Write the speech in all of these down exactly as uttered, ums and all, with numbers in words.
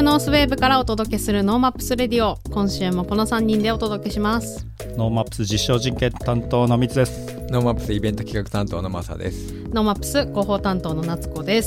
ノースウェーブからお届けするノーマップスレディオ、今週もこのさんにんでお届けします。 ノーマップス実証実験担当のみつです。 ノーマップスイベント企画担当のマサです。 ノーマップス広報担当の夏子です。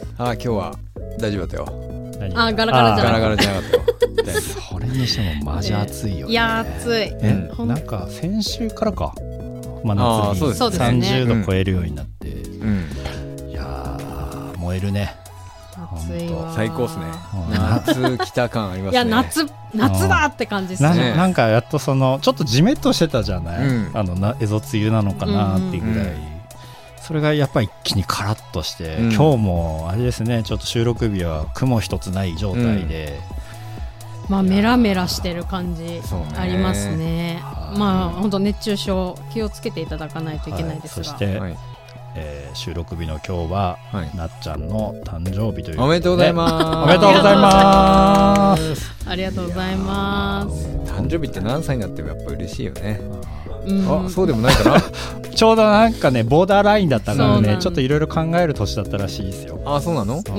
ああ、今日は大丈夫だったよ。 あ、ガラガラじゃなかった。ガラガラじゃなかったよそれにしてもマジ暑いよね。 いや暑い、 え、なんか先週からか、まあ、夏にさんじゅうど超えるようになって、うんうん、いや燃えるね。 暑いわ。 最高っすね。夏来た感ありますね。 いや夏夏だって感じですね。 な, なんかやっとそのちょっとジメッとしてたじゃない、うん、あのなエゾ梅雨なのかなっていうぐらい、うんうん、それがやっぱり一気にカラッとして、うん、今日もあれですね、ちょっと収録日は雲一つない状態で、 うん、まあメラメラしてる感じありますね。まあ本当熱中症気をつけていただかないといけないですが、はい、 そして、はい、えー、収録日の今日は、はい、なっちゃんの誕生日ということで、 おめでとうございますおめでとうございますありがとうございます。 誕生日って何歳になってもやっぱ嬉しいよね。 うん、 あ、そうでもないかなちょうどなんかねボーダーラインだったからね、ちょっといろいろ考える年だったらしいですよ。 あ、そうなの？ うん、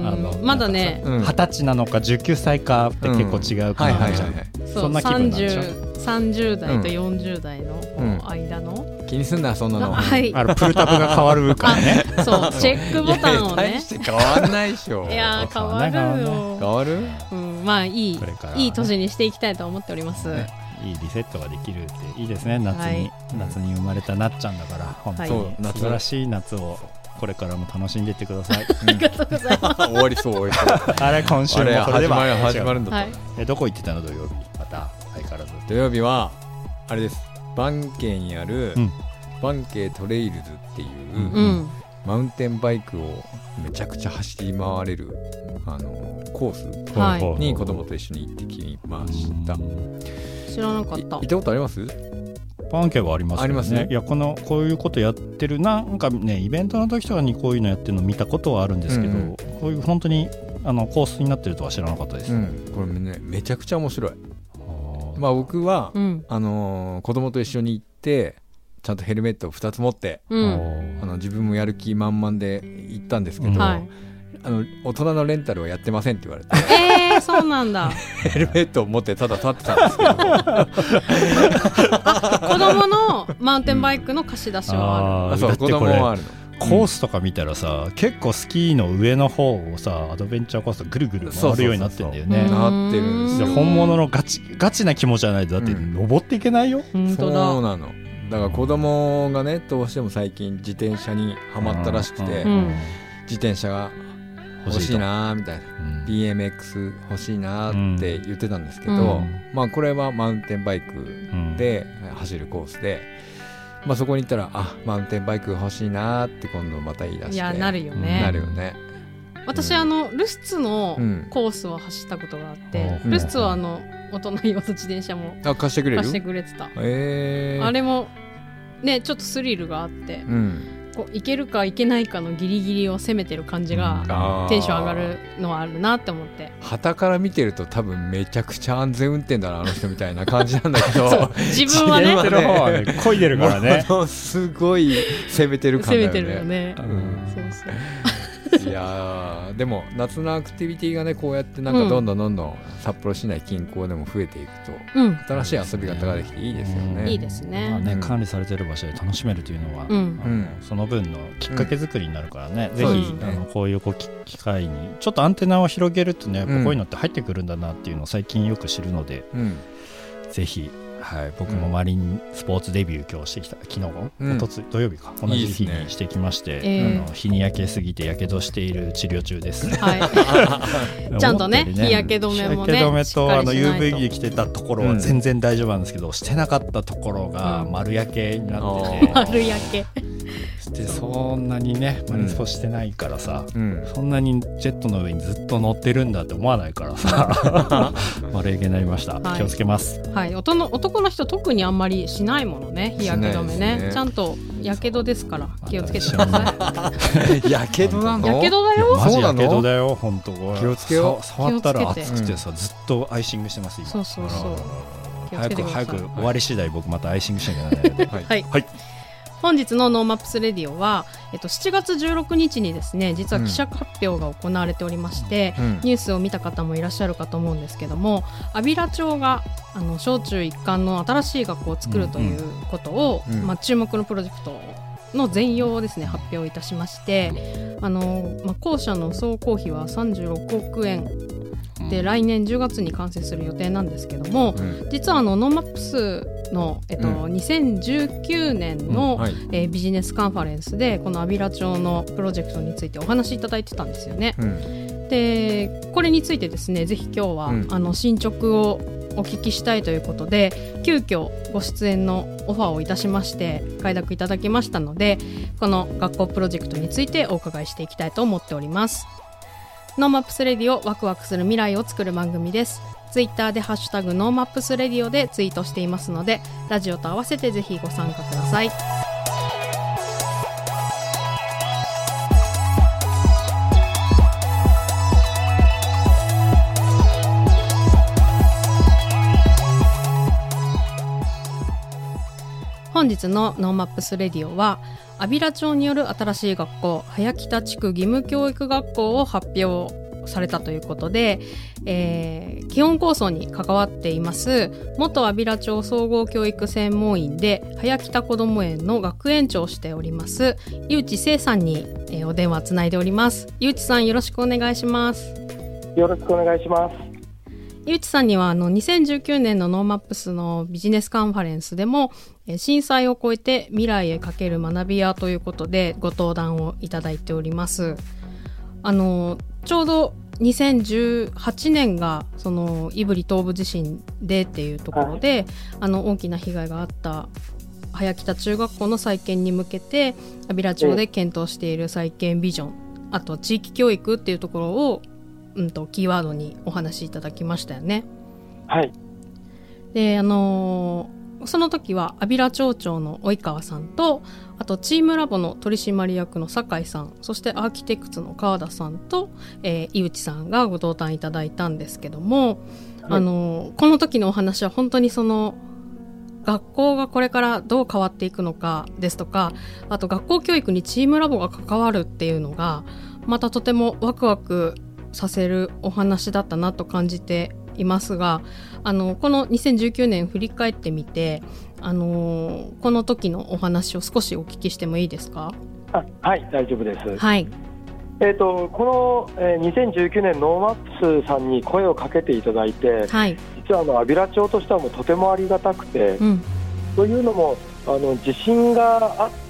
あのまだね二十歳なのかじゅうきゅうさいかって結構違うかな、そんな気分なんでしょ。 さんじゅう代とよんじゅう代の間の、うん、 気にすんなそんなの、 はい、 あのプルタブが変わるからねそうチェックボタンをね、 大して変わんないでしょいや変わるよ。 変わる、 うん、まあいい、ね、いい年にしていきたいと思っております、ね、 いいリセットができるっていいですね。夏に、はい、夏に生まれたなっちゃんだから本当に素晴らしい夏をこれからも楽しんでいってください。 ありがとうございます終わりそう終わりそうあれ今週もそれでは始まる始まるんだった、はい、 えどこ行ってたの土曜日。また相変わらず土曜日はあれです、バンケイにある、うん、バンケイトレイルズっていう、うん、マウンテンバイクをめちゃくちゃ走り回れるあのコース、はい、に子供と一緒に行ってきました。 知らなかった。 行ったことあります？ バンケイはありますよね。ありますね。いやこのこういうことやってるなんかね、イベントの時とかにこういうのやってるの見たことはあるんですけど、うんうん、こういう本当にあのコースになってるとは知らなかったです、うん、 これねめちゃくちゃ面白い。まあ、僕は、うん、あのー、子供と一緒に行ってちゃんとヘルメットをふたつ持って、うん、あの自分もやる気満々で行ったんですけど、うん、はい、あの大人のレンタルはやってませんって言われてえー、そうなんだヘルメットを持ってただ立ってたんですけどあ、子供のマウンテンバイクの貸し出しはある、うん、あ、 そう子供はあるの。 コースとか見たらさ、うん、結構スキーの上の方をさアドベンチャーコースぐるぐる回るようになってるんだよね。 なってるんですよ。 本物のガチガチな気持ちじゃないとだって登っていけないよ、 うん、 そうなの。だから子供がねどうしても最近自転車にハマったらしくて、うん、自転車が欲しいなみたいな、うん、ビーエムエックス 欲しいなって言ってたんですけど、うん、まあこれはマウンテンバイクで走るコースで、まあ、そこに行ったらあマウンテンバイク欲しいなって今度また言い出して、いやなるよね、 なるよね。 私、うん、あのルスツのコースを走ったことがあって、うん、ルスツはあの大人用の自転車も貸してくれる？ 貸してくれてた、 えー、 あれもねちょっとスリルがあって、うん、こういけるかいけないかのギリギリを攻めてる感じが、うん、テンション上がるのはあるなって思って、 旗から見てると多分めちゃくちゃ安全運転だなあの人みたいな感じなんだけどそう自分はね自分はね漕いでるからねすごい攻めてる感だよね。 攻めてるよね、うん、そうそういやでも夏のアクティビティがねこうやってなんかどんどんどんどん札幌市内近郊でも増えていくと、うん、新しい遊び方ができていいですよね、 うん、いいですね、 まあね、管理されてる場所で楽しめるというのは、うん、あのその分のきっかけ作りになるからね、うん、ぜひ、ね、あのこういう機会にちょっとアンテナを広げるとねやっぱこういうのって入ってくるんだなっていうのを最近よく知るので、うん、ぜひはい、僕もマリンスポーツデビュー今日してきた昨日、うん、おとつ土曜日か同じ日にしてきまして、いいですね、あの日に焼けすぎてやけどしている治療中です、 はい、ちゃんとね日焼け止めもね日焼け止めとあの ユーブイ 着てたところは全然大丈夫なんですけど、うん、してなかったところが丸焼けになってて、 うん、丸焼けでそんなにねマリンスポしてないからさ、うん、そんなにジェットの上にずっと乗ってるんだって思わないからさ丸焼けになりました、はい、気をつけます、 はい、男の人特にあんまりしないものね日焼け止め ね, ねちゃんとやけどですから気をつけてくださいやけどなの？ やけどだよ。 マジやけどだよ本当。 気をつけよう。 触ったら熱くてさ、うん、ずっとアイシングしてます今。 そうそうそう。 早く早く終わり次第僕またアイシングしなきゃならないのではい、はいはい、 本日のノーマップスレディオは、えっと、しちがつじゅうろくにちにですね実は記者発表が行われておりまして、うん、ニュースを見た方もいらっしゃるかと思うんですけども、安平町があの小中一貫の新しい学校を作るということを、うんうんまあ、注目のプロジェクトの全容をですね発表いたしまして、あの、まあ、校舎の総工費はさんじゅうろくおくえんで来年じゅうがつに完成する予定なんですけども、うん、実はあのノーマップスの、えっとうん、にせんじゅうきゅうねんの、うんはいえー、ビジネスカンファレンスでこの安平町のプロジェクトについてお話しいただいてたんですよね、うん、でこれについてですねぜひ今日は、うん、あの進捗をお聞きしたいということで急遽ご出演のオファーをいたしまして快諾いただきましたので、この学校プロジェクトについてお伺いしていきたいと思っております。ノーマップスレディオ、ワクワクする未来を作る番組です。ツイッターでハッシュタグノーマップスレディオでツイートしていますので、ラジオと合わせてぜひご参加ください。本日のノーマップスレディオは安平町による新しい学校早北地区義務教育学校を発表されたということで、えー、基本構想に関わっています元安平町総合教育専門員で早北こども園の学園長をしております井内聖さんに、えー、お電話つないでおります。井内さんよろしくお願いします。 よろしくお願いします。 井内さんにはあのにせんじゅうきゅうねんのノーマップスのビジネスカンファレンスでも震災を超えて未来へかける学び屋ということでご登壇をいただいております。あのちょうどにせんじゅうはちねんがその胆振東部地震でっていうところで、はい、あの大きな被害があった早北中学校の再建に向けて安平町で検討している再建ビジョン、あと地域教育っていうところを、うん、とキーワードにお話しいただきましたよね。 はい。 であのーその時は安平町長の及川さんと、あとチームラボの取締役の酒井さん、そしてアーキテクツの川田さんと、えー、井内さんがご登壇いただいたんですけども、はい、あのこの時のお話は本当にその学校がこれからどう変わっていくのかですとか、あと学校教育にチームラボが関わるっていうのがまたとてもワクワクさせるお話だったなと感じていますが、あのこのにせんじゅうきゅうねん振り返ってみて、あのこの時のお話を少しお聞きしてもいいですか？ あ、はい大丈夫です。 はい。 えーと、この、えー、にせんじゅうきゅうねんノーマップスさんに声をかけていただいて、はい、実はあの安平町としてはもうとてもありがたくて、うん、というのもあの地震があって、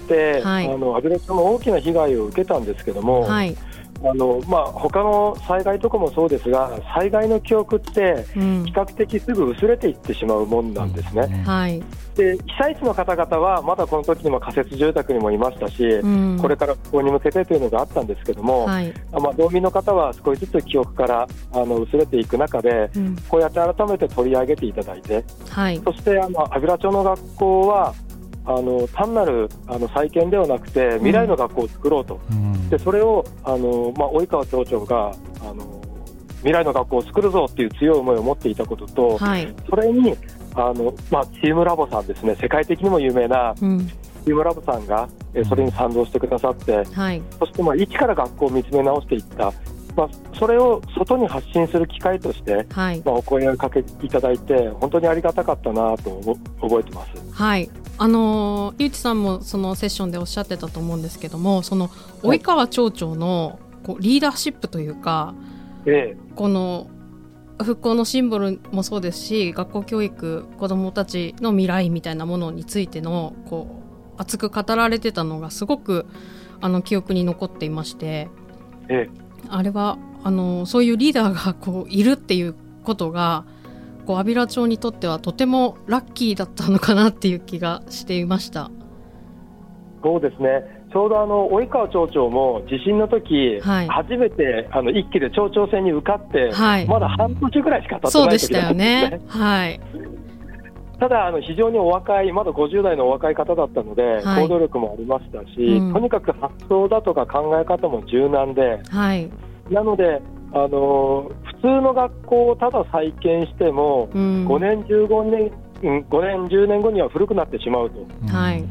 はい、あの安平町も大きな被害を受けたんですけども、はい、あのまあ、他の災害とかもそうですが、災害の記憶って比較的すぐ薄れていってしまうもんなんですね、うんはい、で被災地の方々はまだこの時にも仮設住宅にもいましたし、うん、これから復興に向けてというのがあったんですけども、はい、まあ、道民の方は少しずつ記憶からあの薄れていく中で、うん、こうやって改めて取り上げていただいて、はい、そしてあの安平町の学校はあの単なるあの再建ではなくて未来の学校を作ろうと、うん、でそれをあの、まあ、及川町長があの未来の学校を作るぞっていう強い思いを持っていたことと、はい、それにあの、まあ、チームラボさんですね、世界的にも有名な、うん、チームラボさんがえそれに賛同してくださって、はい、そしてまあ一から学校を見つめ直していった、まあ、それを外に発信する機会として、はい、まあ、お声をかけていただいて本当にありがたかったなと覚えてます。 はい、あのー、井内さんもそのセッションでおっしゃってたと思うんですけども、その及川町長のこうリーダーシップというか、ええ、この復興のシンボルもそうですし、学校教育、子どもたちの未来みたいなものについてのこう熱く語られてたのがすごくあの記憶に残っていまして、ええ、あれはあのそういうリーダーがこういるっていうことがこう安平町にとってはとてもラッキーだったのかなっていう気がしていました。 そうですね、ちょうどあの及川町長も地震の時、はい、初めてあの一期で町長選に受かって、はい、まだ半年ぐらいしか経ってない時なんですね。そうでしたよね、はい、ただあの非常にお若い、まだごじゅう代のお若い方だったので、はい、行動力もありましたし、うん、とにかく発想だとか考え方も柔軟で、はい、なのであの普通の学校をただ再建しても、うん、ごねんじゅうごねん、ごねんじゅうねんごには古くなってしまうと、はい、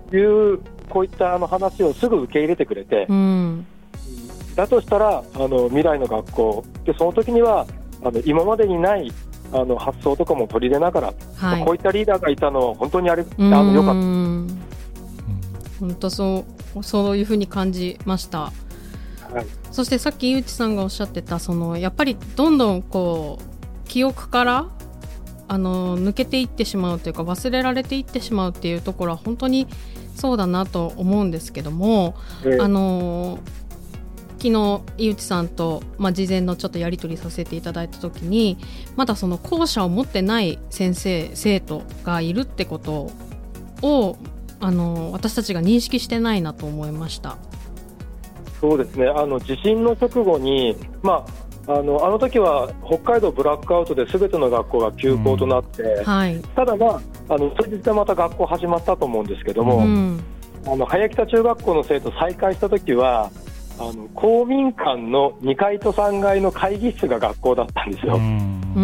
いうこういったあの話をすぐ受け入れてくれて、うん、だとしたらあの未来の学校で、その時にはあの今までにないあの発想とかも取り入れながら、はい、こういったリーダーがいたのは本当にあれあの良かった。 本当そう、そういうふうに感じました、はい、そしてさっき井内さんがおっしゃってたそのやっぱりどんどんこう記憶からあの抜けていってしまうというか忘れられていってしまうっていうところは本当にそうだなと思うんですけども、えー、あの昨日井内さんと、まあ、事前のちょっとやり取りさせていただいた時にまだその校舎を持ってない先生生徒がいるってことをあの私たちが認識してないなと思いました。 そうですね、あの地震の直後に、まあ、あのあの時は北海道ブラックアウトで全ての学校が休校となって、うんはい、ただ、まあ、あの数日でまた学校始まったと思うんですけども、うん、あの早北中学校の生徒再開した時はあの公民館のにかいとさんがいの会議室が学校だったんですよ、うんうん、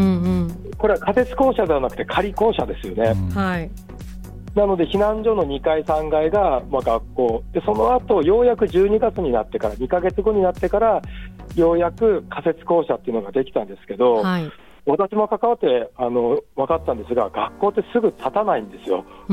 これは仮設校舎ではなくて仮校舎ですよね、うんはいなので避難所のにかいさんがいがまあ学校で、その後ようやくじゅうにがつになってからにかげつごになってからようやく仮設校舎っていうのができたんですけど、はい、私も関わってあの分かったんですが学校ってすぐ建たないんですよ、うん、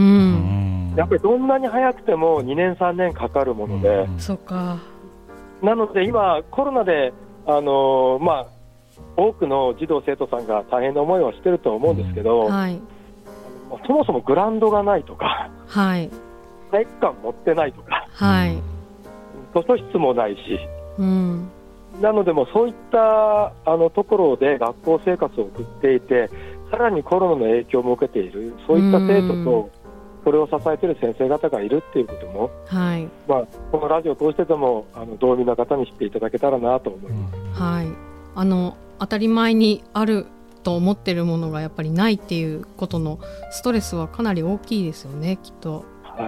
やっぱりどんなに早くてもにねんさんねんかかるもので、うん、 そうかなので今コロナであの、まあ、多くの児童生徒さんが大変な思いをしてると思うんですけど、うんはいそもそもグラウンドがないとか、はい、体育館持ってないとか、はい、図書室もないし、うん、なのでもうそういったあのところで学校生活を送っていてさらにコロナの影響も受けているそういった生徒とそれを支えている先生方がいるっていうことも、はいまあ、このラジオを通してでもあの道民の方に知っていただけたらなと思います、 うんはい、あの当たり前にあると思ってるものがやっぱりないっていうことのストレスはかなり大きいですよねきっと、はい、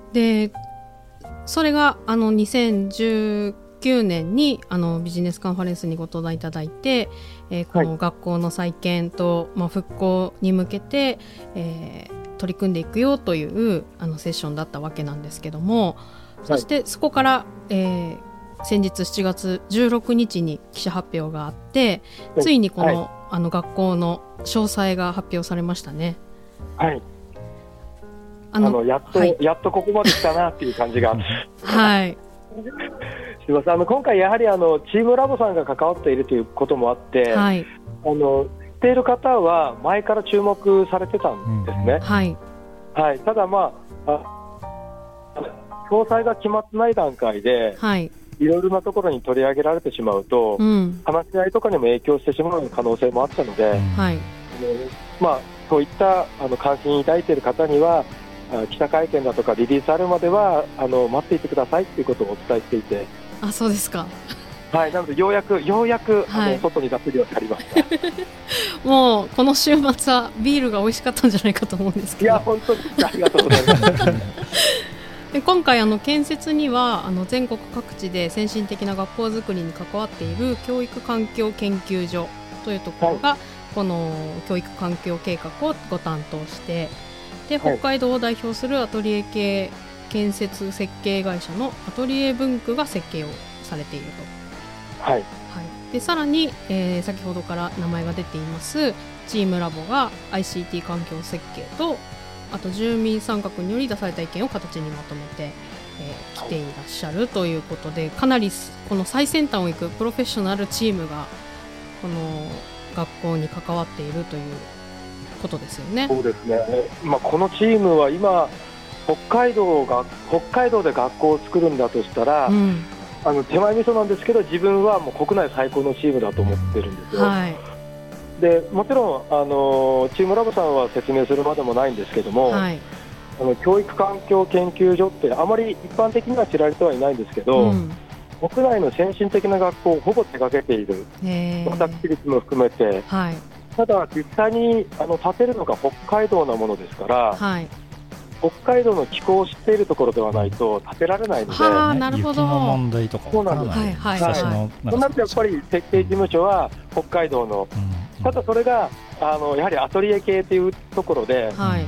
でそれがあのにせんじゅうきゅうねんにあのビジネスカンファレンスにご登壇いただいて、えー、この学校の再建と、まあ、復興に向けて、えー、取り組んでいくよというあのセッションだったわけなんですけども、そしてそこから、えー先日しちがつじゅうろくにちに記者発表があってついにこの、はい、あの学校の詳細が発表されましたね。 はいあのあのやっと、はい、やっとここまで来たなっていう感じがはいすいませんあの今回やはりあのチームラボさんが関わっているということもあって、はい、あの知っている方は前から注目されてたんですね、うんはいはい、ただまあ、あ詳細が決まってない段階で、はいいろいろなところに取り上げられてしまうと、うん、話し合いとかにも影響してしまう可能性もあったので、はいまあ、そういったあの関心を抱いている方には記者会見だとかリリースあるまではあの待っていてくださいということをお伝えしていてあそうですかはいなのでようやくようやく、はい、あの外に出せるようになりましたもうこの週末はビールが美味しかったんじゃないかと思うんですけどいや本当にありがとうございますで今回あの建設にはあの全国各地で先進的な学校づくりに関わっている教育環境研究所というところが、はい、この教育環境計画をご担当してで北海道を代表するアトリエ系建設設計会社のアトリエ文区が設計をされていると、はいはい、でさらに、えー、先ほどから名前が出ていますチームラボが アイシーティー 環境設計とあと住民参画により出された意見を形にまとめて、えー、来ていらっしゃるということでかなりこの最先端を行くプロフェッショナルチームがこの学校に関わっているということですよね。 そうですね、まあ、このチームは今北海道が北海道で学校を作るんだとしたら、うん、あの手前味噌なんですけど自分はもう国内最高のチームだと思ってるんですよ、はいでもちろんあのチームラボさんは説明するまでもないんですけども、はい、あの教育環境研究所ってあまり一般的には知られてはいないんですけど、うん、国内の先進的な学校をほぼ手掛けている私立も含めて、はい、ただ実際にあの建てるのが北海道なものですから、はい、北海道の気候を知っているところではないと建てられないので、 はあ、なるほど。 雪の問題とかそうなんです、はいはいはい、そうなるとやっぱり設計事務所は北海道の、うん、ただそれがあのやはりアトリエ系というところで、はい、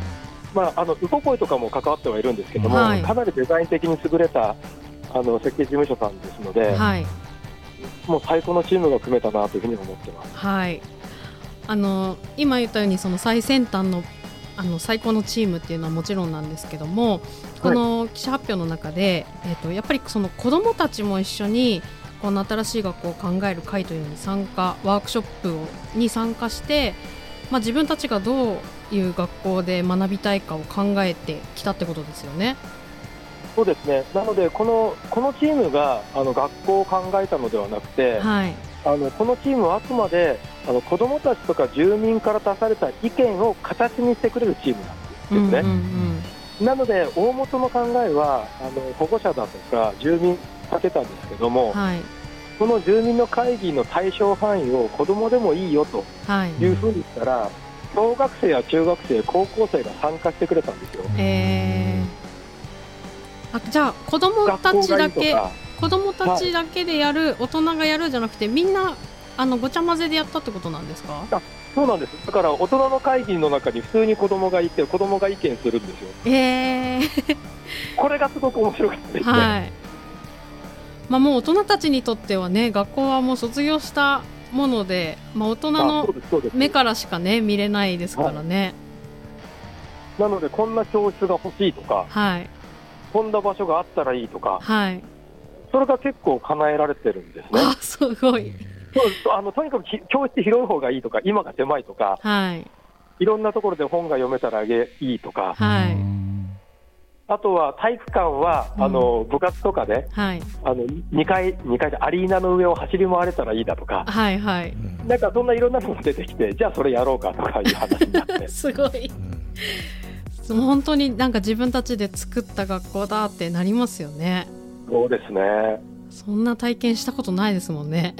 まあ、あのウポポイとかも関わってはいるんですけども、はい、かなりデザイン的に優れたあの設計事務所さんですので、はい、もう最高のチームが組めたなというふうに思ってます。 はい、あの今言ったようにその最先端のあの最高のチームっていうのはもちろんなんですけども、この記者発表の中で、はい、えーと、やっぱりその子どもたちも一緒にこの新しい学校を考える会というのに参加、ワークショップをに参加して、まあ、自分たちがどういう学校で学びたいかを考えてきたってことですよね。 そうですね。なのでこの、このチームがあの学校を考えたのではなくて、はい、あのこのチームはあくまであの子どもたちとか住民から出された意見を形にしてくれるチームなんですね、うんうんうん、なので大元の考えはあの保護者だとか住民かけたんですけども、はい、この住民の会議の対象範囲を子どもでもいいよというふうにしたら、はい、小学生や中学生、高校生が参加してくれたんですよ。 へー、あ、じゃあ子どもたちだけ子どもたちだけでやる、はい、大人がやるじゃなくてみんなあのごちゃ混ぜでやったってことなんですか？ あ、そうなんです。だから大人の会議の中に普通に子どもがいて子どもが意見するんですよ。 へーこれがすごく面白かったですね、はい、 まあ、もう大人たちにとってはね、学校はもう卒業したもので、まあ、大人の目からしかね見れないですからね、 はい、なのでこんな教室が欲しいとか、はい、こんな場所があったらいいとか、はい、それが結構叶えられてるんですね。 あ、すごい。 そう、あのとにかく教室広い方がいいとか、今が狭いとか、はい、いろんなところで本が読めたらいいとか、はい、あとは体育館は、うん、あの部活とかで、はい、あのにかい、にかいでアリーナの上を走り回れたらいいだとか、はいはい、なんかそんないろんなのが出てきて、じゃあそれやろうかとかいう話になってすごい、うん、本当になんか自分たちで作った学校だってなりますよね。 そうですね。 そんな体験したことないですもんね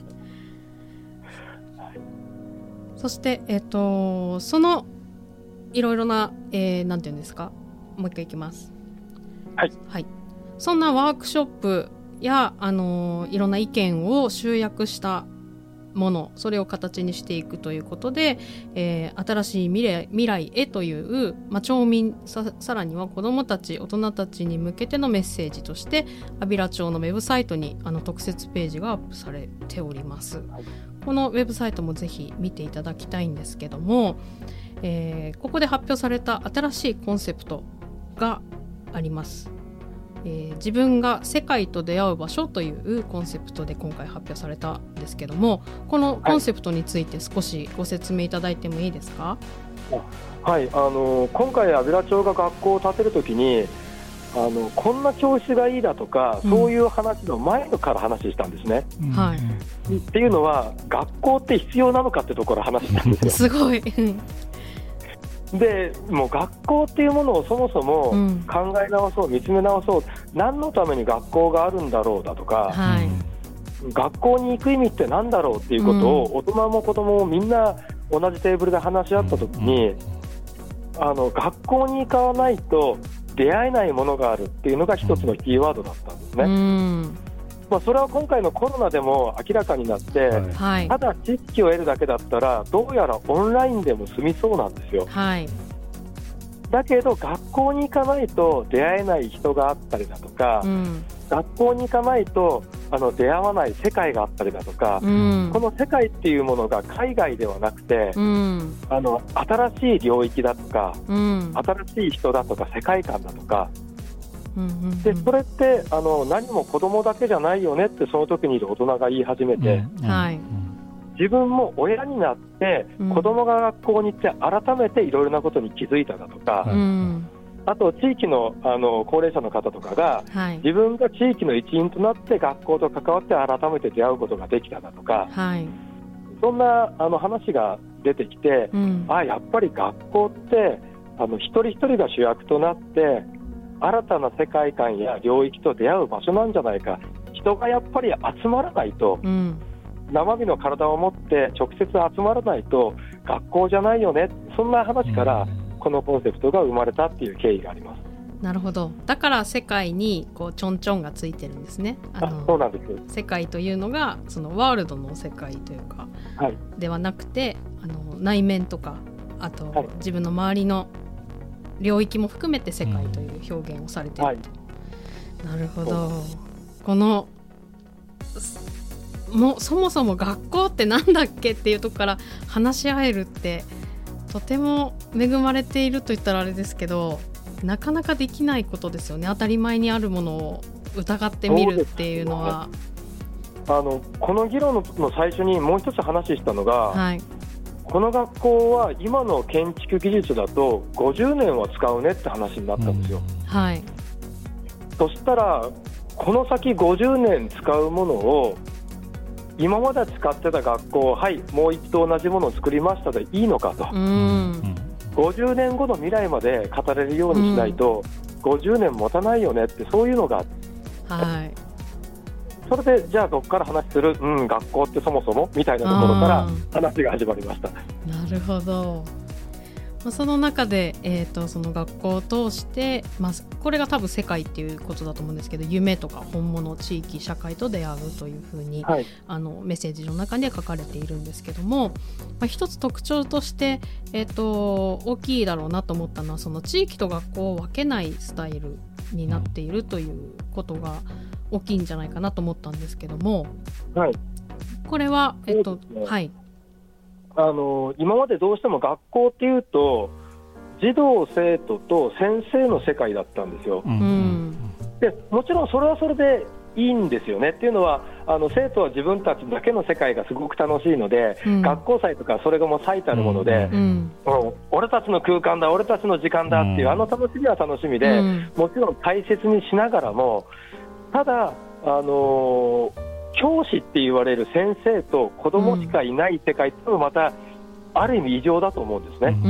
そして、えーと、そのいろいろな、えー、なんていうんですか、もう一回いきます、 はいはい、そんなワークショップや、あのー、いろんな意見を集約したもの、それを形にしていくということで、えー、新しい未来、未来へという、まあ、町民 さ, さらには子どもたち、大人たちに向けてのメッセージとして安平町のウェブサイトにあの特設ページがアップされております、はい、このウェブサイトもぜひ見ていただきたいんですけども、えー、ここで発表された新しいコンセプトがあります。えー、自分が世界と出会う場所というコンセプトで今回発表されたんですけども、このコンセプトについて少しご説明いただいてもいいですか？ はい、あの今回安平町が学校を建てるときにあのこんな教室がいいだとか、うん、そういう話の前から話したんですね、うんはい、っていうのは学校って必要なのかってところから話したんですよすごいでもう学校っていうものをそもそも考え直そう、うん、見つめ直そう、何のために学校があるんだろうだとか、はい、学校に行く意味って何だろうっていうことを、うん、大人も子供もみんな同じテーブルで話し合ったときに、うん、あの学校に行かないと出会えないものがあるっていうのが一つのキーワードだったんですね、うんまあ、それは今回のコロナでも明らかになって、はい、ただ知識を得るだけだったらどうやらオンラインでも済みそうなんですよ、はい、だけど学校に行かないと出会えない人があったりだとか、うん、学校に行かないとあの出会わない世界があったりだとか、うん、この世界っていうものが海外ではなくて、うん、あの新しい領域だとか、うん、新しい人だとか世界観だとかでそれってあの何も子供だけじゃないよねってその時にいる大人が言い始めて、うんはい、自分も親になって子供が学校に行って改めていろいろなことに気づいただとか、うん、あと地域 の, あの高齢者の方とかが、はい、自分が地域の一員となって学校と関わって改めて出会うことができただとか、はい、そんなあの話が出てきて、うん、あやっぱり学校ってあの一人一人が主役となって新たな世界観や領域と出会う場所なんじゃないか、人がやっぱり集まらないと、うん、生身の体を持って直接集まらないと学校じゃないよね、そんな話からこのコンセプトが生まれたっていう経緯があります。 なるほど。だから世界にこうちょんちょんがついてるんですね。 あのあそうなんです。 世界というのがそのワールドの世界というか、はい、ではなくてあの内面とかあと自分の周りの領域も含めて世界という表現をされていると、うんはい、なるほど。このもそもそも学校ってなんだっけっていうところから話し合えるってとても恵まれていると言ったらあれですけど、なかなかできないことですよね。当たり前にあるものを疑ってみるっていうのは。 あのこの議論の最初にもう一つ話したのが、はい、この学校は今の建築技術だとごじゅうねんは使うねって話になったんですよ、うんはい、そしたらこの先ごじゅうねん使うものを今まで使ってた学校、はいもう一度同じものを作りましたでいいのかと、うん、ごじゅうねんごの未来まで語れるようにしないと、うん、ごじゅうねん持たないよねって、そういうのが、はい、それでじゃあどこから話する、うん、学校ってそもそもみたいなところから話が始まりました。 なるほど。その中で、えー、とその学校を通して、まあ、これが多分世界っていうことだと思うんですけど、夢とか本物、地域、社会と出会うというふうに、はい、あのメッセージの中で書かれているんですけども、まあ、一つ特徴として、えー、と大きいだろうなと思ったのは、その地域と学校を分けないスタイルになっているということが大きいんじゃないかなと思ったんですけども、はい、これは、えっとはい、 あの今までどうしても学校っていうと児童生徒と先生の世界だったんですよ、うん、でもちろんそれはそれでいいんですよね。っていうのはあの生徒は自分たちだけの世界がすごく楽しいので、うん、学校祭とかそれがもう最たるもので、うんうん、俺たちの空間だ俺たちの時間だっていう、あの楽しみは楽しみで、もちろん大切にしながらも、ただあのー教師って言われる先生と子供しかいない世界っていうのもまたある意味異常だと思うんですね、うん、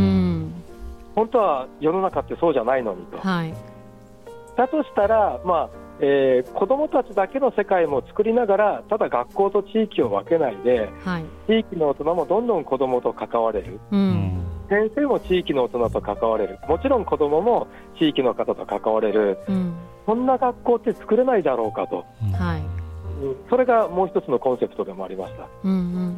本当は世の中ってそうじゃないのにと、はい、だとしたら、まあえー、子供たちだけの世界も作りながら、ただ学校と地域を分けないで、はい、地域の大人もどんどん子供と関われる、うん、先生も地域の大人と関われる、もちろん子供も地域の方と関われる、うん、そんな学校って作れないだろうかと、うんはい、それがもう一つのコンセプトでもありました、うんうん、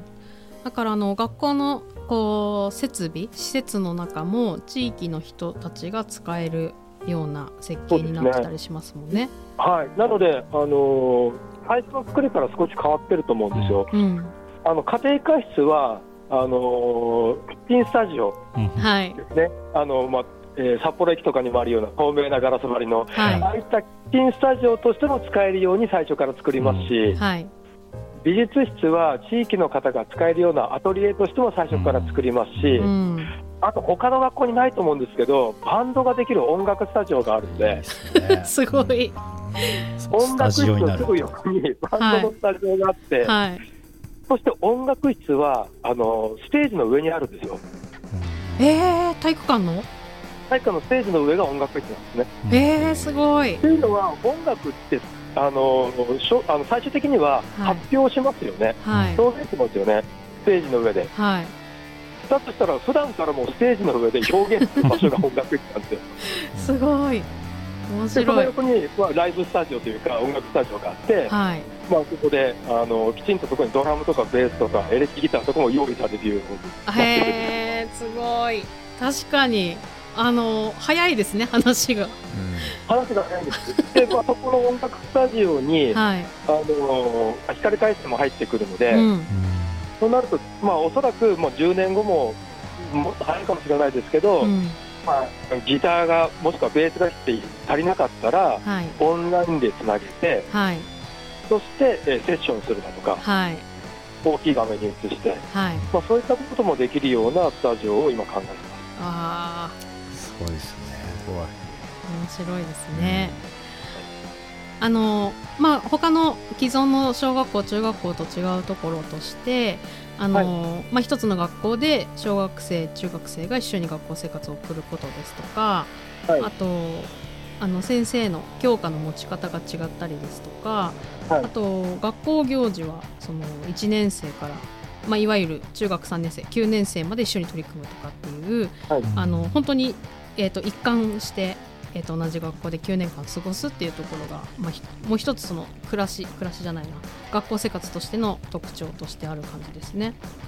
だからあの学校のこう設備施設の中も地域の人たちが使えるような設計になってたりしますもん ね, ね、 はい、なので、あのー、最初の作りから少し変わってると思うんですよ、うん、あの家庭科室はあのー、キッチンスタジオですね、はい、あのまあえー、札幌駅とかにもあるような透明なガラス張りの、はい、ああいったキッチンスタジオとしても使えるように最初から作りますし、うんはい、美術室は地域の方が使えるようなアトリエとしても最初から作りますし、うん、あと他の学校にないと思うんですけど、バンドができる音楽スタジオがあるんで、 すごい音楽室のすぐ横にバンドのスタジオがあって、はいはい、そして音楽室はあのステージの上にあるんですよ。 えー、体育館の体育館のステージの上が音楽室なんですね。 えー、すごい。 というのは音楽ってあのしょあの最終的には発表しますよね、はい、表現しますよね、ステージの上で、はい、だとしたら普段からもうステージの上で表現する場所が音楽室なんですよすごい面白い。 でその横に、まあ、ライブスタジオというか音楽スタジオがあって、はいまあ、ここであのきちんとそこにドラムとかベースとかエレキギターとかも用意されるようになってる。 へー、すごい。確かにあの早いですね、話が、うん、 話が早いんですで、まあ、そこの音楽スタジオに、はい、あの光回線も入ってくるので、うん、そうなると、まあ、おそらくもうじゅうねんごももっと早いかもしれないですけど、うんまあ、ギターがもしくはベースが足りなかったら、はい、オンラインでつなげて、はい、そして、えー、セッションするだとか、はい、大きい画面に映して、はいまあ、そういったこともできるようなスタジオを今考えています。 あすごいですね。 すごい面白いですね、うん、あのまあ他の既存の小学校中学校と違うところとしてあの、はいまあ、一つの学校で小学生中学生が一緒に学校生活を送ることですとか、はい、あとあの先生の教科の持ち方が違ったりですとか、はい、あと学校行事はそのいちねん生からまあ、いわゆる中学さんねん生きゅうねん生まで一緒に取り組むとかっていう、はい、あの本当に、えー、と一貫して、えー、と同じ学校できゅうねんかん過ごすっていうところが、まあ、もう一つその暮らし暮らしじゃないな学校生活としての特徴としてある感じですね。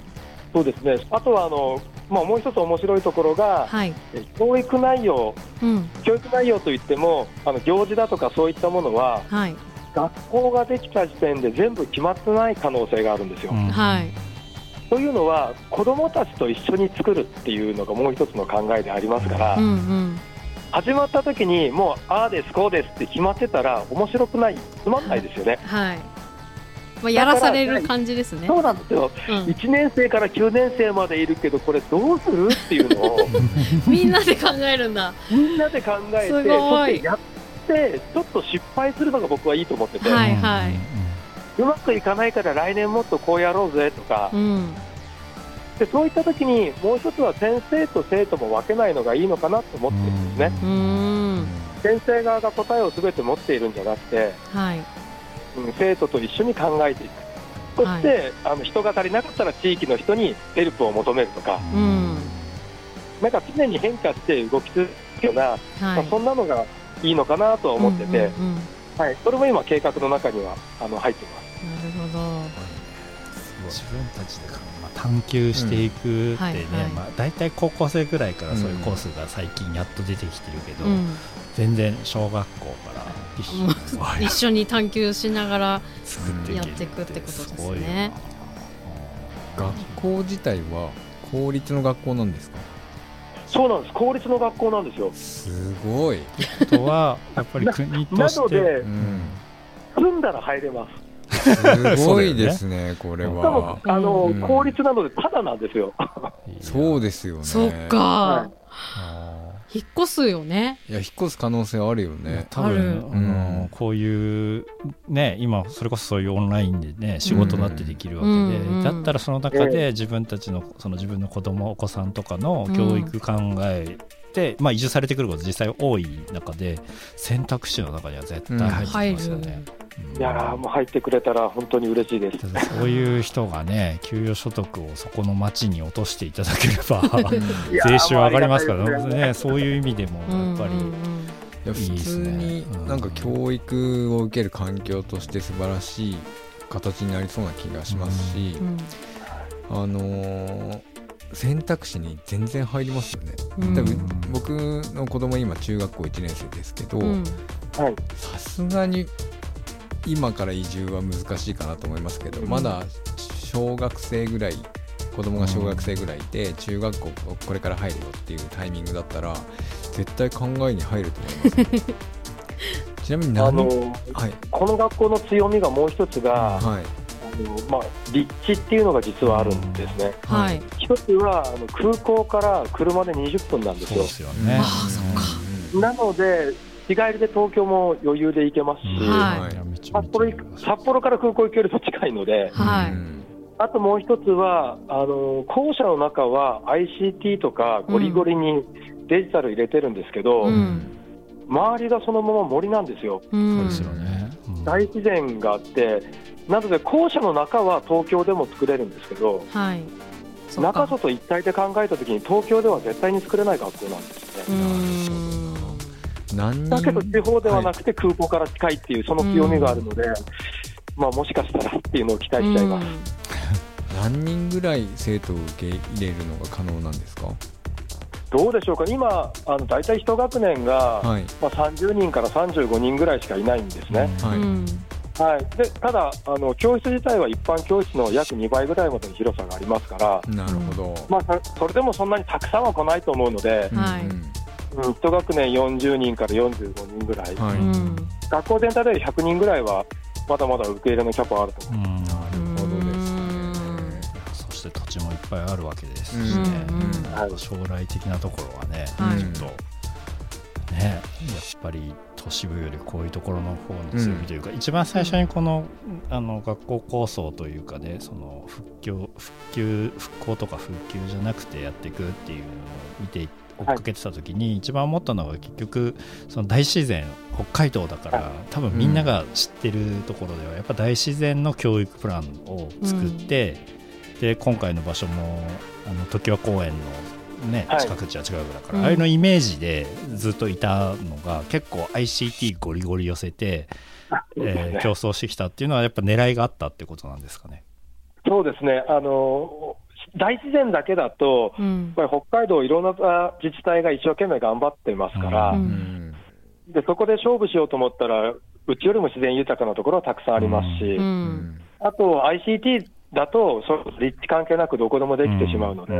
そうですね。あとはあの、まあ、もう一つ面白いところが、はい、教育内容、うん、教育内容といってもあの行事だとかそういったものは、はい、学校ができた時点で全部決まってない可能性があるんですよ、うん、はい、というのは子どもたちと一緒に作るっていうのがもう一つの考えでありますから、うんうん、始まった時にもうああですこうですって決まってたら面白くない、つまんないですよね、はい、 まあ、やらされる感じですね。 そうなんですよ、うん、いちねん生からきゅうねん生までいるけどこれどうするっていうのをみんなで考えるんだ。 みんなで考えて、そしてやってちょっと失敗するのが僕はいいと思ってて、はいはい、うまくいかないから来年もっとこうやろうぜとか、うん、でそういった時にもう一つは先生と生徒も分けないのがいいのかなと思ってるんですね。うん、先生側が答えを全て持っているんじゃなくて、はい、生徒と一緒に考えていく。そして、はい、あの人が足りなかったら地域の人にヘルプを求めるとか、うん、なんか常に変化して動き続けるような、はい、まあ、そんなのがいいのかなとは思ってて、うんうんうん、はい、それも今計画の中にはあの入っています。 なるほど。 自分たちで、まあ、探求していくってね、うん、はいはい、まあ、大体高校生ぐらいからそういうコースが最近やっと出てきてるけど、うん、全然小学校から一緒に一緒に探求しながらやっていくってことですね。 学校自体は公立の学校なんですか？ そうなんです、公立の学校なんですよ。 すごい。 あとはやっぱり国として、 なので、うん、住んだら入れます。 すごいですねこれは。 あの、うん、公立なのでタダなんですよ。 そうですよね。 そっか、はい、引っ越すよね。 いや、引っ越す可能性あるよね。 多分あの、うん、こういうね、今それこそそういうオンラインでね仕事だってできるわけで、うん、だったらその中で自分たちのその自分の子供お子さんとかの教育考えて、うん、まあ、移住されてくること実際多い中で選択肢の中には絶対入ってきますよね、 うん、いやー、もう入ってくれたら本当に嬉しいです。 そういう人がね、給与所得をそこの町に落としていただければ税収上がりますからね。そういう意味でもやっぱり、うんうんうん、いや普通になんか教育を受ける環境として素晴らしい形になりそうな気がしますし、うんうん、あのー選択肢に全然入りますよね、うん、多分僕の子供今中学校いちねん生ですけど、さすがに今から移住は難しいかなと思いますけど、うん、まだ小学生ぐらい、子供が小学生ぐらいで、うん、中学校これから入るよっていうタイミングだったら絶対考えに入ると思いますちなみに何、あのーはい、 この学校の強みがもう一つが、はい、まあ、立地っていうのが実はあるんですね、うん、はい、一つはあの空港から車でにじゅっぷんなんですよ。 そうですよね。 あ、そっか。 なので日帰りで東京も余裕で行けますし、はい、札幌、札幌から空港行けると近いので、はい、あともう一つはあの校舎の中は アイシーティー とかゴリゴリにデジタル入れてるんですけど、うん、周りがそのまま森なんですよ、 うん、そうですよね、うん、 大自然があって、なので校舎の中は東京でも作れるんですけど、はい、中外一体で考えたときに東京では絶対に作れない学校なんですね。うーん、だけど地方ではなくて空港から近いっていうその強みがあるので、まあ、もしかしたらっていうのを期待しちゃいます。 何人ぐらい生徒を受け入れるのが可能なんですか？ どうでしょうか。今あのだいたい一学年が、はい、まあ、さんじゅうにんからさんじゅうごにんぐらいしかいないんですね、はいはい、でただあの教室自体は一般教室の約にばいぐらいまでの広さがありますから、 なるほど、 まあ、それでもそんなにたくさんは来ないと思うので、はいうん、一学年よんじゅうにんからよんじゅうごにんぐらい、はい、学校全体でひゃくにんぐらいはまだまだ受け入れのキャパあると思います。 なるほどですね。 そして土地もいっぱいあるわけですしね、うんうん、将来的なところはね、はい、ちょっとね、やっぱり都市部よりこういうところの方の強みというか、うん、一番最初にこの、あの学校構想というかね、その復興、復旧、復興とか復旧じゃなくてやっていくっていうのを見て追っかけてた時に、はい、一番思ったのが結局その大自然、北海道だから、はい、多分みんなが知ってるところではやっぱ大自然の教育プランを作って、うん、で今回の場所もあの常盤公園のね、近く地は違うだから、はい、ああいうのイメージでずっといたのが結構 アイシーティー ゴリゴリ寄せて、えー、競争してきたっていうのはやっぱ狙いがあったってことなんですかね。 そうですね、あの大自然だけだと、うん、やっぱり北海道いろんな自治体が一生懸命頑張ってますから、うん、でそこで勝負しようと思ったらうちよりも自然豊かなところはたくさんありますし、うん、あと アイシーティー だとそ立地関係なくどこでもできてしまうので、うん、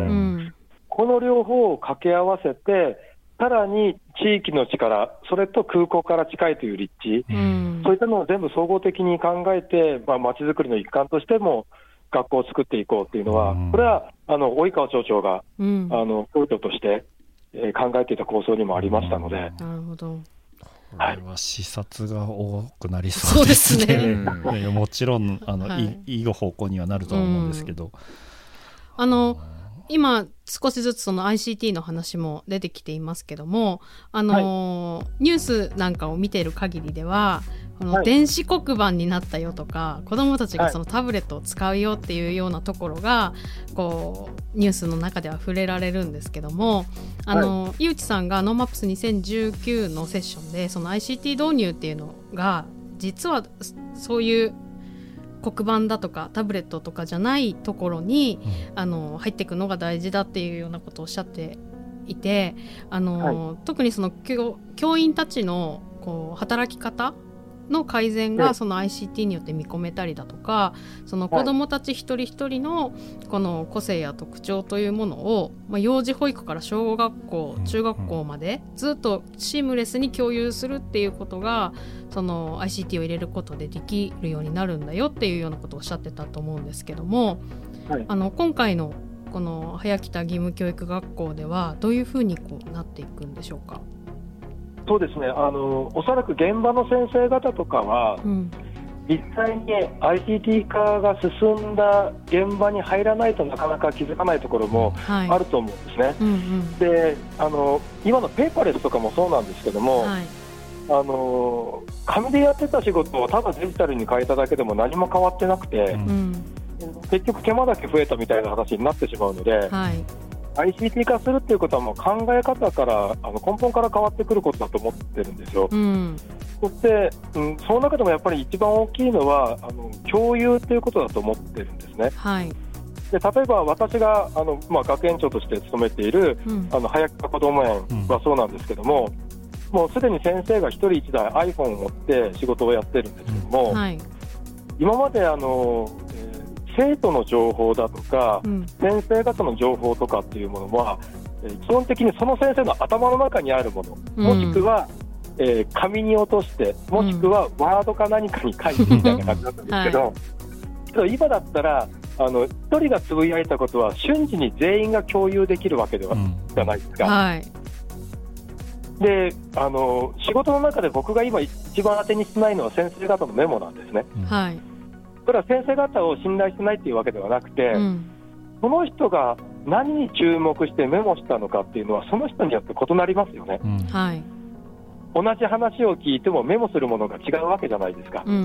この両方を掛け合わせてさらに地域の力、それと空港から近いという立地、うん、そういったのを全部総合的に考えて、まあ、街づくりの一環としても学校を作っていこうというのは、うん、これはあの及川町長が、うん、あの京都として、えー、考えていた構想にもありましたので、 うん、なるほど。 これは視察が多くなりそうですね。そうですね。もちろんあの、はい、いい方向にはなるとは思うんですけど、うん、 あの今少しずつその アイシーティー の話も出てきていますけども、あのーはい、ニュースなんかを見ている限りではこの電子黒板になったよとか、はい、子どもたちがそのタブレットを使うよっていうようなところがこうニュースの中では触れられるんですけども、あの、はい、井内さんがノーマップスにせんじゅうきゅうのセッションでその アイシーティー 導入っていうのが実はそういう黒板だとかタブレットとかじゃないところに、うん、あの入っていくのが大事だっていうようなことをおっしゃっていて、あの、はい、特にその 教, 教員たちのこう働き方の改善がその アイシーティー によって見込めたりだとか、その子どもたち一人一人のこの個性や特徴というものを、まあ、幼児保育から小学校中学校までずっとシームレスに共有するっていうことがその アイシーティー を入れることでできるようになるんだよっていうようなことをおっしゃってたと思うんですけども、はい、あの今回のこの早北義務教育学校ではどういうふうにこうなっていくんでしょうか。 そうですね、あのおそらく現場の先生方とかは、うん、実際に アイシーティー 化が進んだ現場に入らないとなかなか気づかないところもあると思うんですね、はいうんうん、であの今のペーパーレスとかもそうなんですけども、はい、あの紙でやってた仕事をただデジタルに変えただけでも何も変わってなくて、うん、結局手間だけ増えたみたいな話になってしまうので、はいアイシーティー 化するっていうことはもう考え方からあの根本から変わってくることだと思ってるんですよ、うん、そして、うん、その中でもやっぱり一番大きいのはあの共有ということだと思ってるんですね、はい、で例えば私があの、まあ、学園長として勤めている、うん、あの早北こども園はそうなんですけども、うん、もうすでに先生が一人一台 iPhone を持って仕事をやってるんですけども、うんはい、今まであの生徒の情報だとか、うん、先生方の情報とかっていうものは、えー、基本的にその先生の頭の中にあるもの、うん、もしくは、えー、紙に落としてもしくはワードか何かに書いてみたいな感じだったんですけど、はい、今だったらあの一人がつぶやいたことは瞬時に全員が共有できるわけでは、うん、じゃないですか、はい、であの仕事の中で僕が今一番当てにしてないのは先生方のメモなんですね、うんはいそれは先生方を信頼してないっていうわけではなくて、うん、その人が何に注目してメモしたのかっていうのはその人によって異なりますよね、うんはい、同じ話を聞いてもメモするものが違うわけじゃないですか、うんうんうん、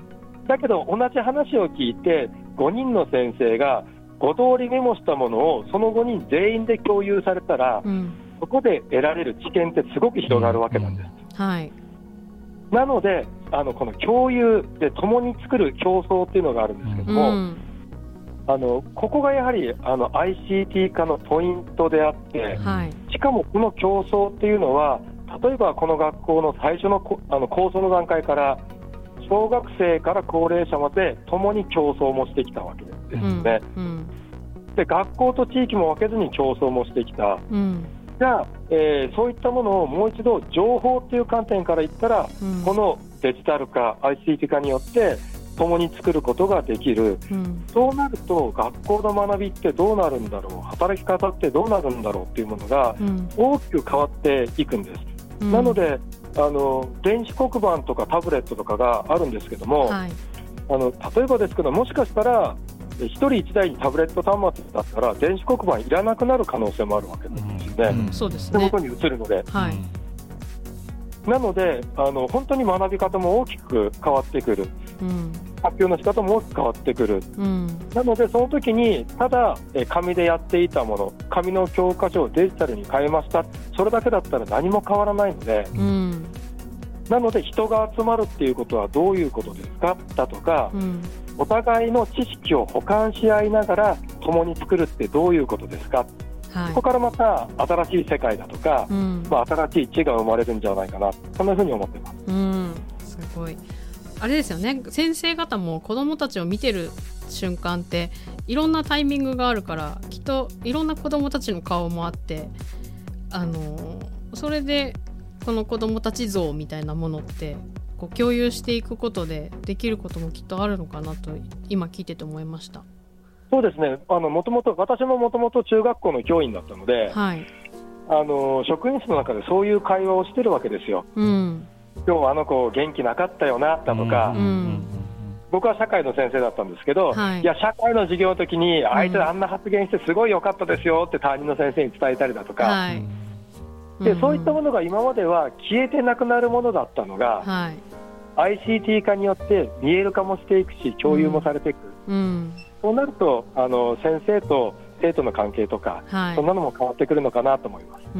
だけど同じ話を聞いてごにんの先生がご通りメモしたものをそのごにん全員で共有されたら、うん、そこで得られる知見ってすごく広がるわけなんです、うんうんはいなのであのこの共有で共に作る競争っていうのがあるんですけども、うん、あのここがやはりあの アイシーティー 化のポイントであって、はい、しかもこの競争っていうのは例えばこの学校の最初の、あの構想の段階から小学生から高齢者まで共に競争もしてきたわけですね、うんうん、で学校と地域も分けずに競争もしてきた、うんじゃあ、えー、そういったものをもう一度情報っていう観点から言ったら、うん、このデジタル化 アイシーティー 化によって共に作ることができる、うん、そうなると学校の学びってどうなるんだろう働き方ってどうなるんだろうっていうものが大きく変わっていくんです、うん、なのであの電子黒板とかタブレットとかがあるんですけども、はい、あの例えばですけどもしかしたら一人一台にタブレット端末だったら電子黒板いらなくなる可能性もあるわけなんですよね、うんうん、そうですねということに移るので、はい、なのであの本当に学び方も大きく変わってくる、うん、発表の仕方も大きく変わってくる、うん、なのでその時にただえ紙でやっていたもの紙の教科書をデジタルに変えましたそれだけだったら何も変わらないので、うん、なので人が集まるっていうことはどういうことですかだとか、うんお互いの知識を補完し合いながら共に作るってどういうことですか、はい、そこからまた新しい世界だとか、うんまあ、新しい知が生まれるんじゃないかな、そんなふうに思ってます。 うん、すごいあれですよね、先生方も子どもたちを見てる瞬間っていろんなタイミングがあるから、きっといろんな子どもたちの顔もあって、あのそれでこの子どもたち像みたいなものってこう共有していくことでできることもきっとあるのかなと今聞いてて思いました。 そうですね、あのもともと私ももともと中学校の教員だったので、はい、あの職員室の中でそういう会話をしてるわけですよ、うん、今日はあの子元気なかったよなだとか、うんうん、僕は社会の先生だったんですけど、はい、いや社会の授業の時にあいつあんな発言してすごい良かったですよって担任の先生に伝えたりだとか、はい、でそういったものが今までは消えてなくなるものだったのが、はい、アイシーティー 化によって見える化もしていくし共有もされていく、うんうん、そうなるとあの先生と生徒の関係とか、はい、そんなのも変わってくるのかなと思います。うん、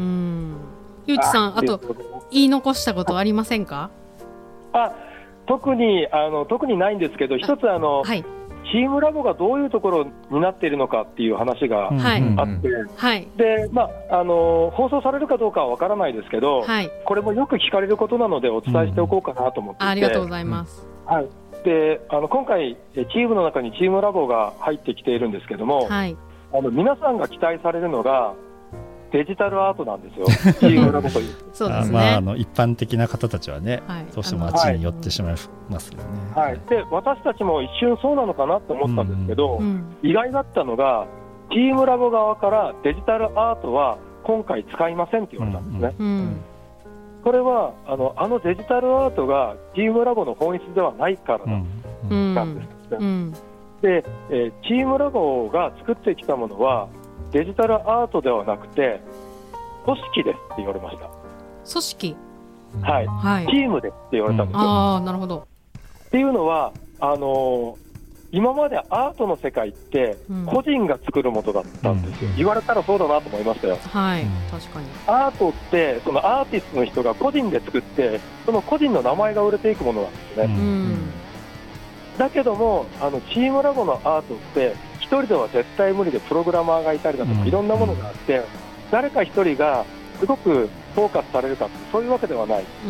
ゆうちさん、あと言い残したことありませんか？ あ、特にあの特にないんですけど、一つあの、はい、チームラボがどういうところになっているのかっていう話があって、はい、でまあ、あの放送されるかどうかはわからないですけど、はい、これもよく聞かれることなのでお伝えしておこうかなと思っていて、うん、ありがとうございます、 はい、であの今回チームの中にチームラボが入ってきているんですけども、はい、あの皆さんが期待されるのがデジタルアートなんですよチームラボというそうですね、 まあ、あの一般的な方たちはね、はい、どうしてもあっちに寄ってしまいますよね、 はいはい、で私たちも一瞬そうなのかなと思ったんですけど、うん、意外だったのがチームラボ側からデジタルアートは今回使いませんって言われたんですね、うんうん、これはあの、あのデジタルアートがチームラボの本質ではないからなんです、うんうん、で、えー、チームラボが作ってきたものはデジタルアートではなくて組織ですって言われました。 組織、 はいはい、チームですって言われたんですよ、うん、 あー、なるほど。 っていうのはあのー、今までアートの世界って個人が作るものだったんですよ、うん、言われたらそうだなと思いましたよ、 はい、確かにアートってそのアーティストの人が個人で作ってその個人の名前が売れていくものなんですね、うん、だけどもあのチームラボのアートって一人では絶対無理でプログラマーがいたりだとかいろんなものがあって誰か一人がすごくフォーカスされるかってそういうわけではない、うん、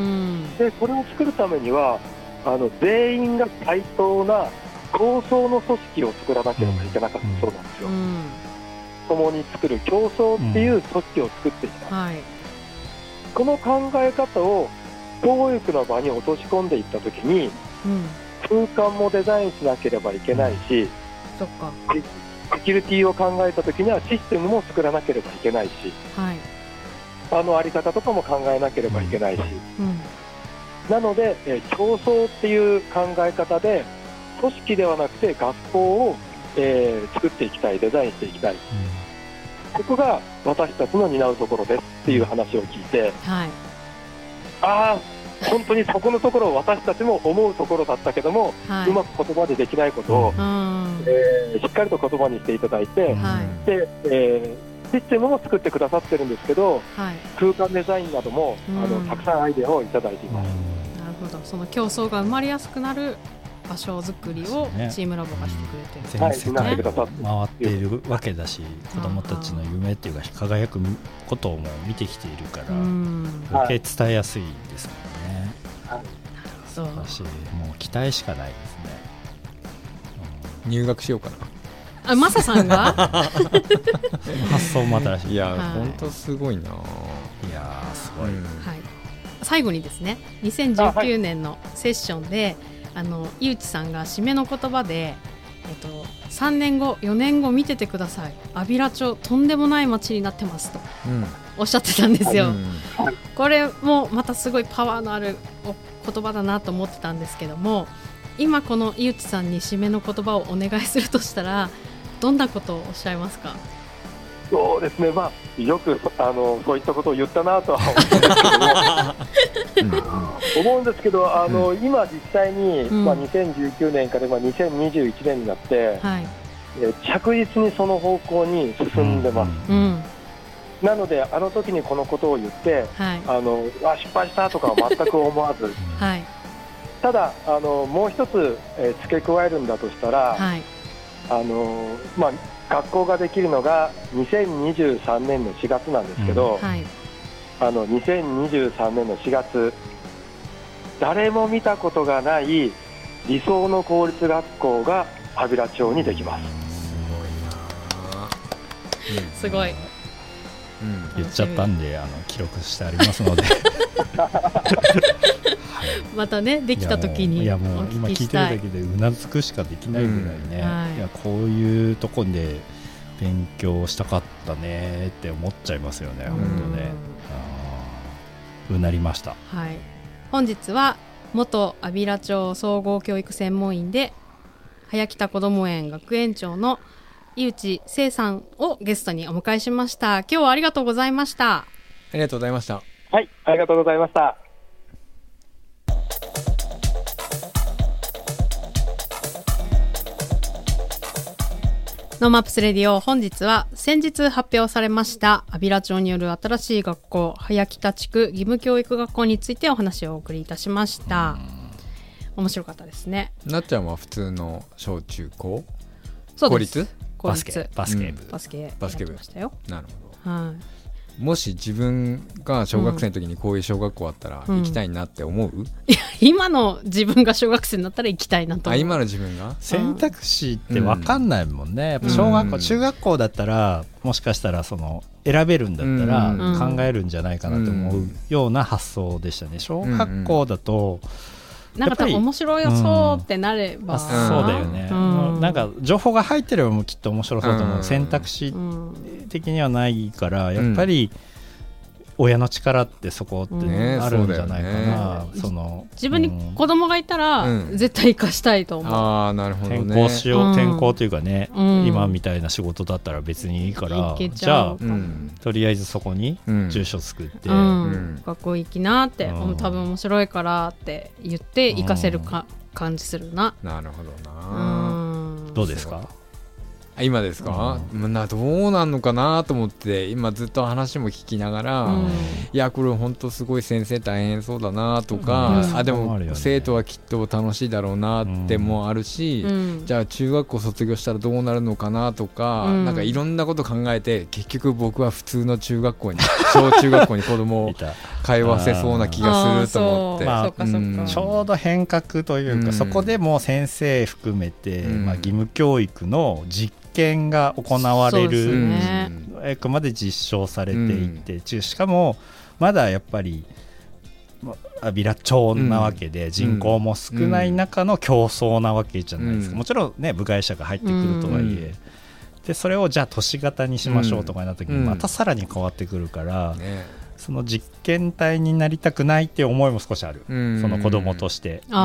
でこれを作るためにはあの全員が対等な競争の組織を作らなければいけなかったそうなんですよ、うん、共に作る競争っていう組織を作っていた、うんはい、この考え方を教育の場に落とし込んでいったときに、うん、空間もデザインしなければいけないし、 そっか、 セキュリティを考えたときにはシステムも作らなければいけないし、はい、あのあり方とかも考えなければいけないし、うん、なので、えー、競争っていう考え方で組織ではなくて学校を、えー、作っていきたい、デザインしていきたい、うん、そこが私たちの担うところですっていう話を聞いて、はい、ああ本当にそこのところを私たちも思うところだったけども、はい、うまく言葉でできないことを、うん、えー、しっかりと言葉にしていただいて、はい、でえー、システムも作ってくださってるんですけど、はい、空間デザインなども、うん、あのたくさんアイデアをいただいています、うん、 なるほど。その競争が生まれやすくなる場所づくりをチームラボがしてくれてる、ね、 全世界回っているわけだし、子どもたちの夢っていうか輝くことをも見てきているから余計伝えやすいですもんね、はい、そう私もう期待しかないですね、 うん、入学しようかな。 あ、マサさんが発想も新しい。 いや、本当すごいな。いやすごい、うん、 はい、最後にですねにせんじゅうきゅうねんのセッションであの井内さんが締めの言葉で、えっと、さんねんごよねんご見ててください、安平町とんでもない街になってますと、うん、おっしゃってたんですよ、うん、これもまたすごいパワーのある言葉だなと思ってたんですけども、今この井内さんに締めの言葉をお願いするとしたらどんなことをおっしゃいますか？ そうですね、まあ、よくあのそういったことを言ったなとは思うんですけど、思うんですけど、あの、うん、今実際に、うん、まあ、にせんじゅうきゅうねんから、まあ、にせんにじゅういちねんになって、はい、え着実にその方向に進んでます、うん、なのであの時にこのことを言って、はい、あのあ失敗したとかは全く思わず、はい、ただあのもう一つ、えー、付け加えるんだとしたら、はい、 あの、まあ、学校ができるのがにせんにじゅうさんねんのしがつなんですけど、うんはい、あのにせんにじゅうさんねんのしがつ、誰も見たことがない理想の公立学校が安平町にできます。 すごい、 うん、言っちゃったんであの記録してありますのでまたねできた時にいやもう今聞いてるだけでうなずくしかできないぐらいね、うんはい、いやこういうとこで勉強したかったねって思っちゃいますよね、うん、本当ねあうなりました、 はい、本日は元安平町総合教育専門員で早北こども園学園長の井内聖さんをゲストにお迎えしました。今日はありがとうございました。 ありがとうございました。 はい、ありがとうございました。 ノーマップスレディオ、本日は先日発表されました安平町による新しい学校早北地区義務教育学校についてお話をお送りいたしました。面白かったですね。 なっちゃんは普通の小中高、 そうです、 公立バスケバスケ部、 うん、バスケバスケ部やってましたよ。 なるほど、 はい、 もし自分が小学生の時にこういう小学校あったら行きたいなって思う、うん、いや今の自分が小学生になったら行きたいなと思う。 あ今の自分が選択肢って分かんないもんね、やっぱ小学校、うん、中学校だったらもしかしたらその選べるんだったら考えるんじゃないかなと思うような発想でしたね。小学校だとなんか多分面白いよそうってなれば、うん、 そうだよね、うん、なんか情報が入ってればもうきっと面白そうと思う、うん、選択肢的にはないからやっぱり親の力ってそこってあるんじゃないかな、うんね、その自分に子供がいたら、うん、絶対生かしたいと思う。 あなるほどね、 転校しよう、うん、転校というかね、うん、今みたいな仕事だったら別にいいからじゃあ、うん、とりあえずそこに住所作って、うんうん、学校行きなって、うん、多分面白いからって言って行かせるか、うん、感じするな。 なるほどな、 うん、どうですか今ですか、うん、などうなんのかなと思って今ずっと話も聞きながら、うん、いやこれ本当すごい先生大変そうだなとか、うん、あでも生徒はきっと楽しいだろうなってもあるし、うん、じゃあ中学校卒業したらどうなるのかなとか、うん、なんかいろんなこと考えて結局僕は普通の中学校に小中学校に子供を通わせそうな気がすると思ってまあうん、ちょうど変革というか、うん、そこでもう先生含めて、うんまあ、義務教育の実験が行われる、ね、あくまで実証されていて、うん、しかもまだやっぱり安平町なわけで、うん、人口も少ない中の競争なわけじゃないですか、うん、もちろんね部外者が入ってくるとはいえ、うん、でそれをじゃあ都市型にしましょうとかになった時にまたさらに変わってくるから、うんね、その実験体になりたくないっていう思いも少しある、うん、その子供として、うん、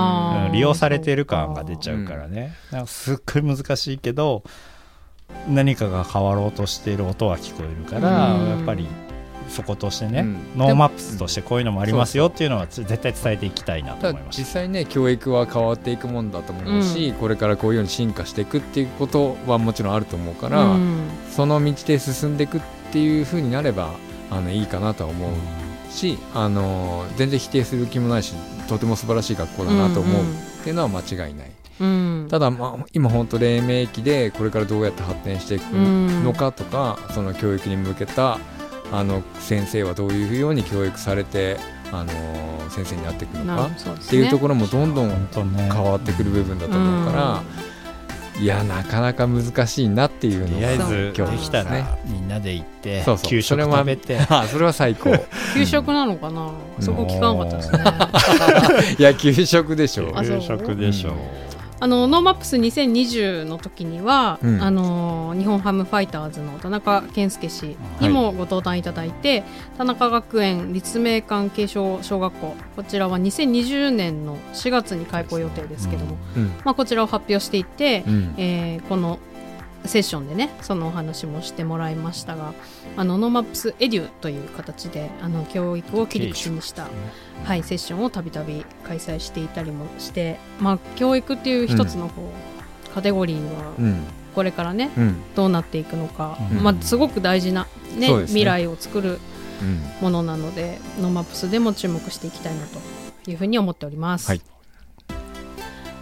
利用されている感が出ちゃうからね、うん、なんかすっごい難しいけど何かが変わろうとしている音は聞こえるから、うん、やっぱりそことしてね、うん、ノーマップスとしてこういうのもありますよっていうのは絶対伝えていきたいなと思いました。 実際ね教育は変わっていくもんだと思うし、うん、これからこういうように進化していくっていうことはもちろんあると思うから、うん、その道で進んでいくっていう風になればあのいいかなとは思うし、あの全然否定する気もないしとても素晴らしい学校だなと思うっていうのは間違いない、うん、ただ、まあ、今本当黎明期でこれからどうやって発展していくのかとか、うん、その教育に向けたあの先生はどういうように教育されて、あのー、先生になっていくのか、ね、っていうところもどんどん変わってくる部分だと思うから、うん、いやなかなか難しいなっていうのがとりあえず今日できたらみんなで行ってそうそう給食食べてあそれは最高給食なのかなそこ聞かなかったですねいや給食でしょ給食でしょう、うんあのノーマップスにせんにじゅうの時には、うん、あの日本ハムファイターズの田中健介氏にもご登壇いただいて、はい、田中学園立命館慶小小学校こちらはにせんにじゅうねんのしがつに開校予定ですけども、うんまあ、こちらを発表していて、うんえー、このセッションでねそのお話もしてもらいましたがあのノーマップスエデュという形であの教育を切り口にした、はい、セッションをたびたび開催していたりもして、まあ、教育っていう一つのこう、うん、カテゴリーはこれからね、うん、どうなっていくのか、うんまあ、すごく大事な、ねね、未来を作るものなので、うん、ノーマップスでも注目していきたいなというふうに思っております、はい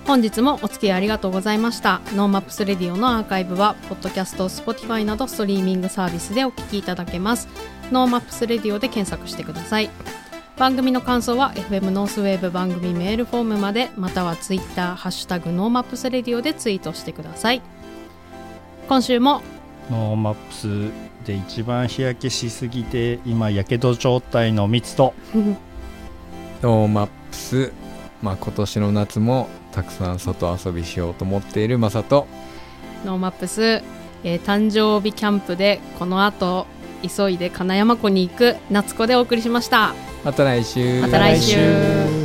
本日もお付き合いありがとうございました。ノーマップスレディオのアーカイブはポッドキャスト、Spotify などストリーミングサービスでお聞きいただけます。ノーマップスレディオで検索してください。番組の感想は エフエム ノースウェーブ番組メールフォームまで、またはツイッターハッシュタグノーマップスレディオでツイートしてください。今週もノーマップスで一番日焼けしすぎて今やけど状態の密度ノーマップス、まあ、今年の夏もたくさん外遊びしようと思っているマサと、 ノーマップス、えー、誕生日キャンプでこの後急いで金山湖に行く夏子でお送りしました。 また来週。 また来週。